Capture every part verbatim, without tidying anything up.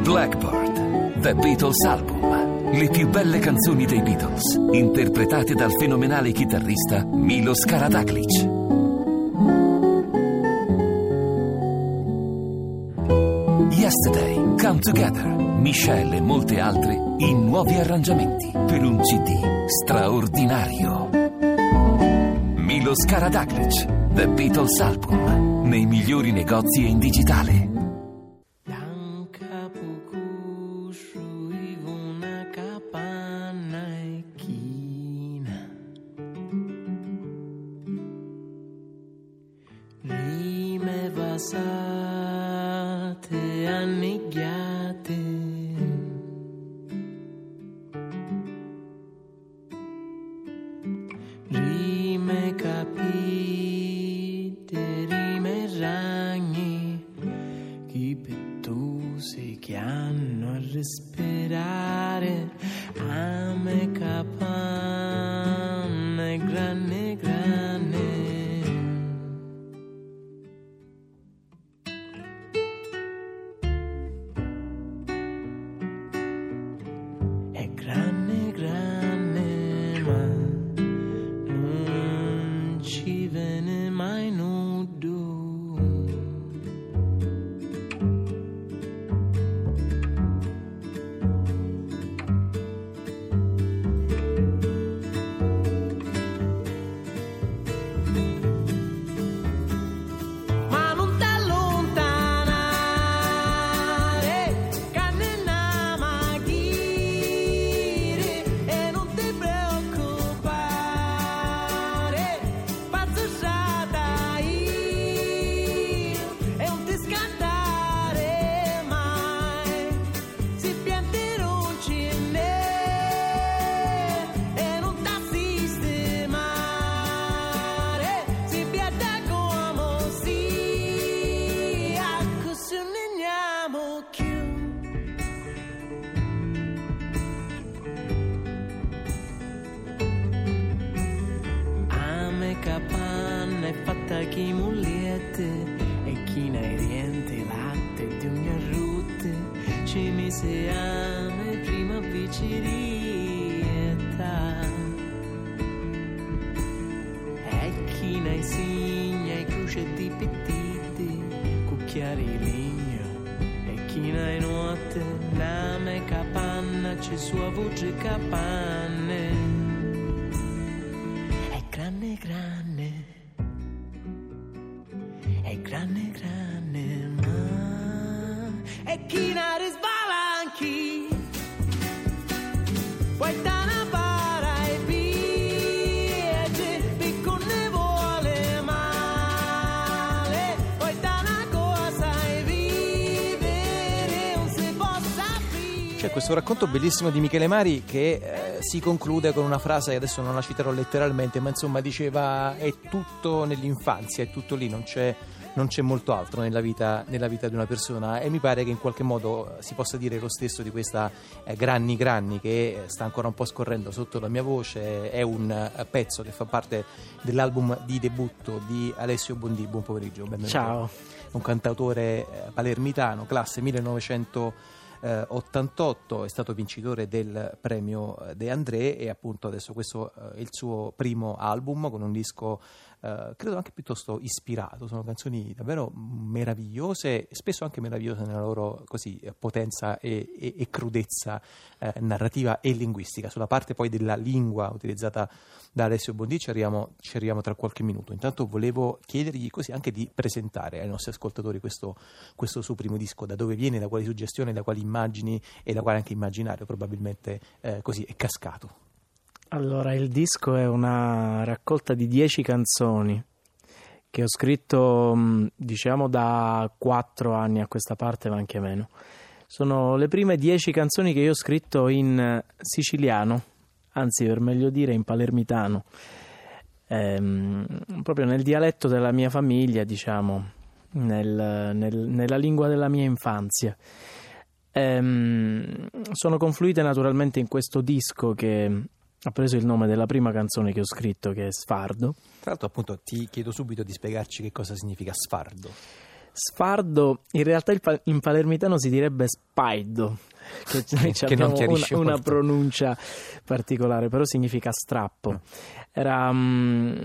Blackbird, The Beatles Album. Le più belle canzoni dei Beatles, interpretate dal fenomenale chitarrista Milos Karađagić. Yesterday, Come Together, Michelle e molte altre in nuovi arrangiamenti per un C D straordinario. Milos Karađagić, The Beatles Album, nei migliori negozi e in digitale. Passate anneggiate, rime capite, rime ragni, chi pettuse che hanno a respirare, ame capanne, grande, grande. Capanna è fatta chi muliette e chi nei riente latte di ogni arrutte ci mise ame prima vicerietta e chi nei signa e croce di pettiti cucchiari legno e chi nei notte name capanna c'è sua voce capanne. Grande, grande, è grande, grande, ma è chi ne risbalanchi, poi tana para e piede, picco ne vuole male, poi tana cosa e vivere non si possa aprire. C'è questo racconto bellissimo di Michele Mari che eh, si conclude con una frase che adesso non la citerò letteralmente, ma insomma diceva è tutto nell'infanzia, è tutto lì, non c'è, non c'è molto altro nella vita, nella vita di una persona, e mi pare che in qualche modo si possa dire lo stesso di questa eh, Granny Granny che sta ancora un po' scorrendo sotto la mia voce. È un uh, pezzo che fa parte dell'album di debutto di Alessio Bondì. Buon pomeriggio, benvenuto. Ciao. Un cantautore eh, palermitano, classe millenovecentottantotto, è stato vincitore del premio De André e appunto adesso questo è il suo primo album con un disco eh, credo anche piuttosto ispirato. Sono canzoni davvero meravigliose, spesso anche meravigliose nella loro così potenza e, e, e crudezza eh, narrativa e linguistica. Sulla parte poi della lingua utilizzata da Alessio Bondì ci arriviamo, ci arriviamo tra qualche minuto. Intanto volevo chiedergli così anche di presentare ai nostri ascoltatori questo, questo suo primo disco, da dove viene, da quali suggestioni, da quali immagini e da quale anche immaginario probabilmente eh, così è cascato. Allora, il disco è una raccolta di dieci canzoni che ho scritto diciamo da quattro anni a questa parte, ma anche meno. Sono le prime dieci canzoni che io ho scritto in siciliano, anzi per meglio dire in palermitano, ehm, proprio nel dialetto della mia famiglia, diciamo, nel, nel, nella lingua della mia infanzia. Ehm, sono confluite naturalmente in questo disco che ha preso il nome della prima canzone che ho scritto, che è Sfardo. Tra l'altro appunto ti chiedo subito di spiegarci che cosa significa sfardo. Sfardo, in realtà il pa- in palermitano si direbbe spaido, che noi che abbiamo non una, una molto. pronuncia particolare, però significa strappo. Era um,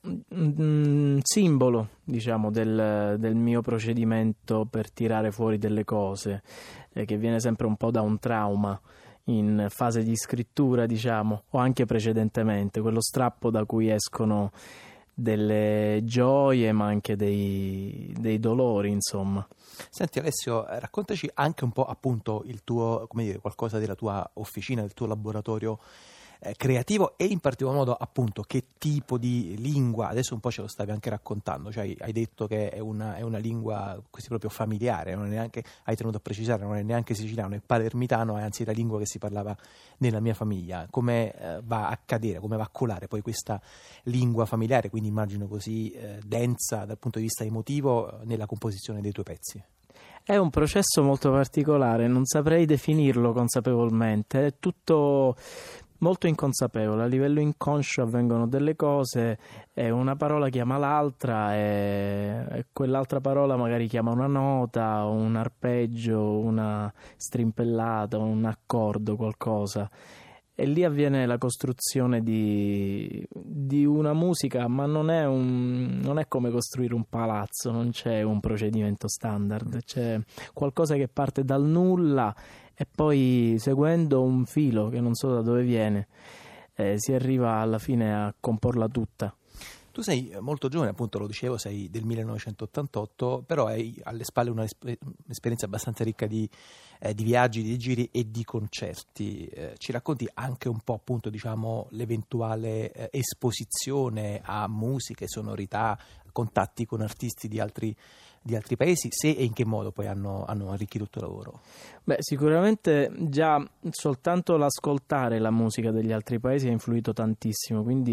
un simbolo, diciamo, del, del mio procedimento per tirare fuori delle cose, eh, che viene sempre un po' da un trauma in fase di scrittura, diciamo, o anche precedentemente, quello strappo da cui escono delle gioie ma anche dei, dei dolori, insomma. Senti Alessio, raccontaci anche un po' appunto il tuo, come dire, qualcosa della tua officina, del tuo laboratorio eh, creativo, e in particolar modo appunto che tipo di lingua, adesso un po' ce lo stavi anche raccontando, cioè hai detto che è una, è una lingua così proprio familiare, non è neanche, hai tenuto a precisare, non è neanche siciliano, è palermitano, è anzi la lingua che si parlava nella mia famiglia. Come eh, va a cadere, come va a colare poi questa lingua familiare, quindi immagino così eh, densa dal punto di vista emotivo, nella composizione dei tuoi pezzi? È un processo molto particolare, non saprei definirlo consapevolmente, è tutto molto inconsapevole, a livello inconscio avvengono delle cose e una parola chiama l'altra e, e quell'altra parola magari chiama una nota, un arpeggio, una strimpellata, un accordo, qualcosa. E lì avviene la costruzione di, di una musica, ma non è, un, non è come costruire un palazzo, non c'è un procedimento standard, c'è qualcosa che parte dal nulla e poi, seguendo un filo che non so da dove viene, eh, si arriva alla fine a comporla tutta. Tu sei molto giovane, appunto lo dicevo, sei del millenovecentottantotto, però hai alle spalle una, un'esperienza abbastanza ricca di, eh, di viaggi, di giri e di concerti. Eh, ci racconti anche un po' appunto, diciamo, l'eventuale eh, esposizione a musiche, sonorità, contatti con artisti di altri di altri paesi, se e in che modo poi hanno, hanno arricchito il tuo lavoro? Beh, sicuramente già soltanto l'ascoltare la musica degli altri paesi ha influito tantissimo, quindi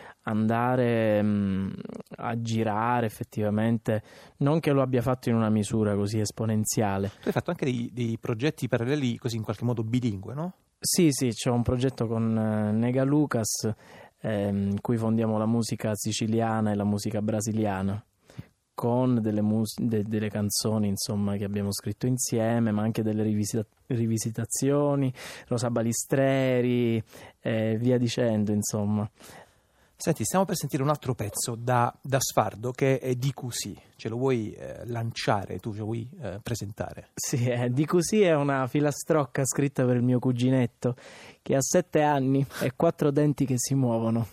andare mh, a girare effettivamente, non che lo abbia fatto in una misura così esponenziale. Tu hai fatto anche dei, dei progetti paralleli così in qualche modo bilingue, no? Sì, sì, c'è un progetto con eh, Nega Lucas eh, in cui fondiamo la musica siciliana e la musica brasiliana, con delle, mus- de- delle canzoni insomma che abbiamo scritto insieme, ma anche delle rivisita- rivisitazioni, Rosa Balistreri e via dicendo, insomma. Senti, stiamo per sentire un altro pezzo da, da Sfardo che è Di Così. Ce lo vuoi eh, lanciare, tu ce lo vuoi eh, presentare? Sì, eh, Di Così è una filastrocca scritta per il mio cuginetto che ha sette anni e quattro denti che si muovono.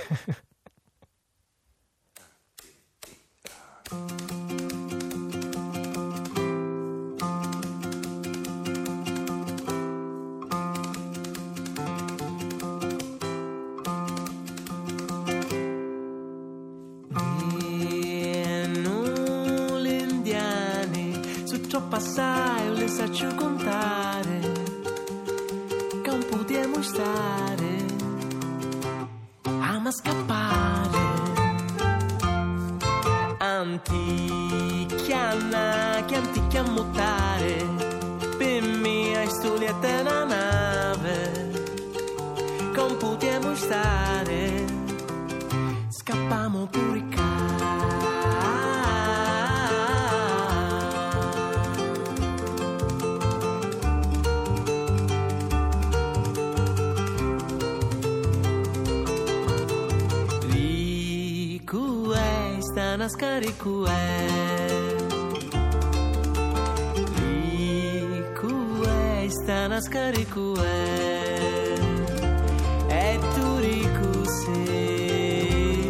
Passare, le saccio contare, che non potremo stare, ama scappare, antichiana, che antichi a montare, per me hai storietta una nave, che non potremo stare, scappiamo pure qua. Scarico è Rico è stana scarico è e tu rico sei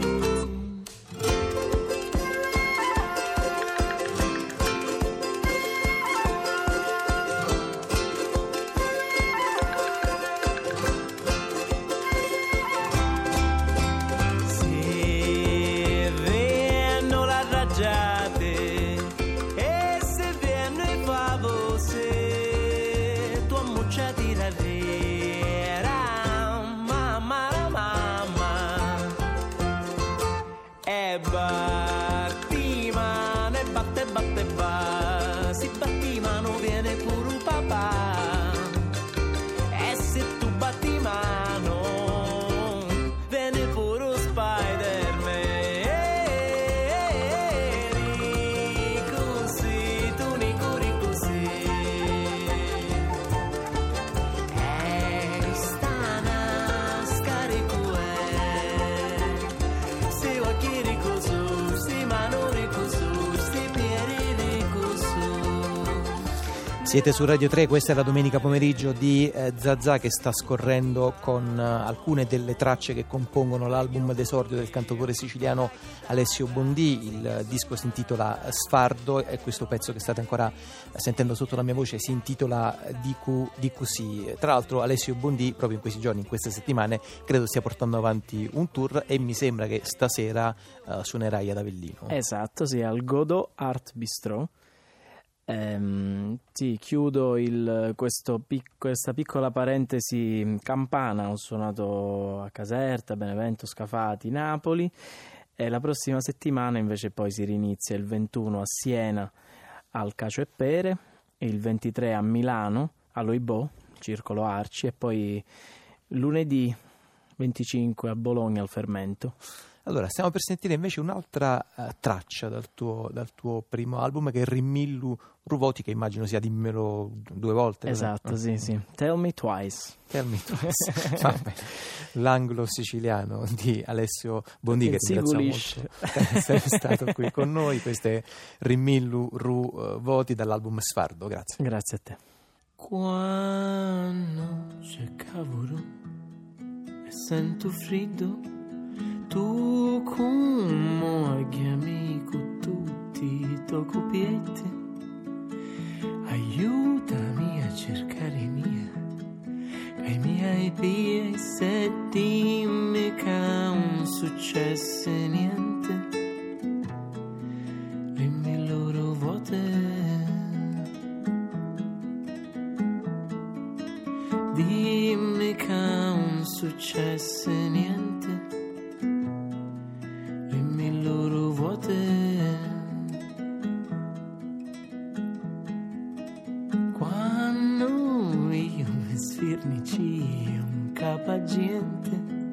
battimano e batte batte ba si battimano viene pure un papà e se tu battimano viene pure un Spider-Man così Siete su Radio tre, questa è la domenica pomeriggio di eh, Zazà, che sta scorrendo con eh, alcune delle tracce che compongono l'album d'esordio del cantautore siciliano Alessio Bondì. Il disco si intitola Sfardo e questo pezzo che state ancora sentendo sotto la mia voce si intitola D Q D Q C. Tra l'altro Alessio Bondì proprio in questi giorni, in queste settimane, credo stia portando avanti un tour e mi sembra che stasera eh, suonerai ad Avellino. Esatto, sì, al Godot Art Bistro. Ehm, sì, chiudo il, questo pic, questa piccola parentesi campana. Ho suonato a Caserta, Benevento, Scafati, Napoli, e la prossima settimana invece poi si rinizia il ventuno a Siena al Cacio e Pere, il ventitré a Milano all'Oibò, Circolo Arci, e poi lunedì venticinque a Bologna al Fermento. Allora, stiamo per sentire invece un'altra uh, traccia dal tuo, dal tuo primo album, che è Rimillu Ruvoti, che immagino sia Dimmelo due volte. Esatto, no? sì, sì. Tell me twice. Tell me twice. Vabbè. L'anglo siciliano di Alessio Bondì, che ringrazio molto per essere stato qui con noi. Questo è Rimillu Ruvoti dall'album Sfardo. Grazie. Grazie a te. Quando c'è cavolo e sento freddo, tu come amico tutti tocco piede, aiutami a cercare i miei, ai miei piedi, se dimmi che non successe niente, le loro vuote, dimmi che non successe niente. Quando io mi sfirnici un capagente,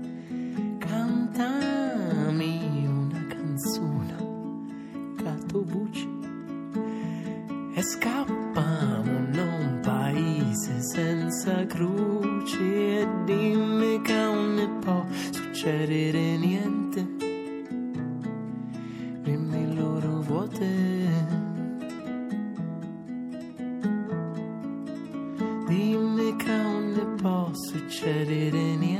cantami una canzone, cato voce, e scappamo da un paese senza croce, e dimmi che non ne può succedere niente, dimmi loro vuote. Dimmi che non ne può succedere niente.